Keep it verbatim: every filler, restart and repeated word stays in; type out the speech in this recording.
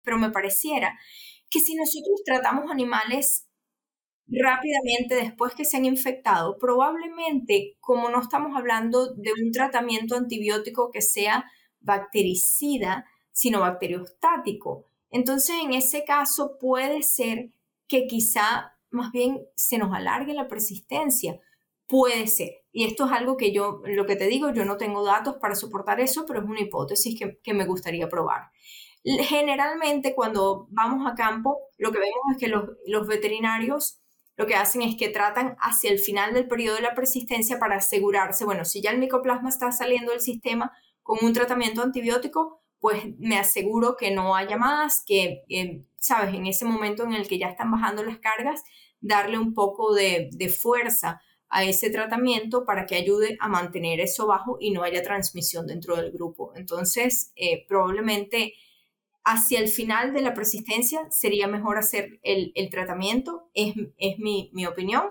pero me pareciera que si nosotros tratamos animales rápidamente después que se han infectado, probablemente, como no estamos hablando de un tratamiento antibiótico que sea bactericida, sino bacteriostático, entonces en ese caso puede ser que quizá más bien se nos alargue la persistencia. Puede ser. Y esto es algo que yo, lo que te digo, yo no tengo datos para soportar eso, pero es una hipótesis que, que me gustaría probar. Generalmente cuando vamos a campo, lo que vemos es que los, los veterinarios lo que hacen es que tratan hacia el final del periodo de la persistencia para asegurarse, bueno, si ya el micoplasma está saliendo del sistema con un tratamiento antibiótico, pues me aseguro que no haya más, que, eh, sabes, en ese momento en el que ya están bajando las cargas, darle un poco de, de fuerza a ese tratamiento para que ayude a mantener eso bajo y no haya transmisión dentro del grupo. Entonces, eh, probablemente hacia el final de la persistencia sería mejor hacer el, el tratamiento, es, es mi, mi opinión.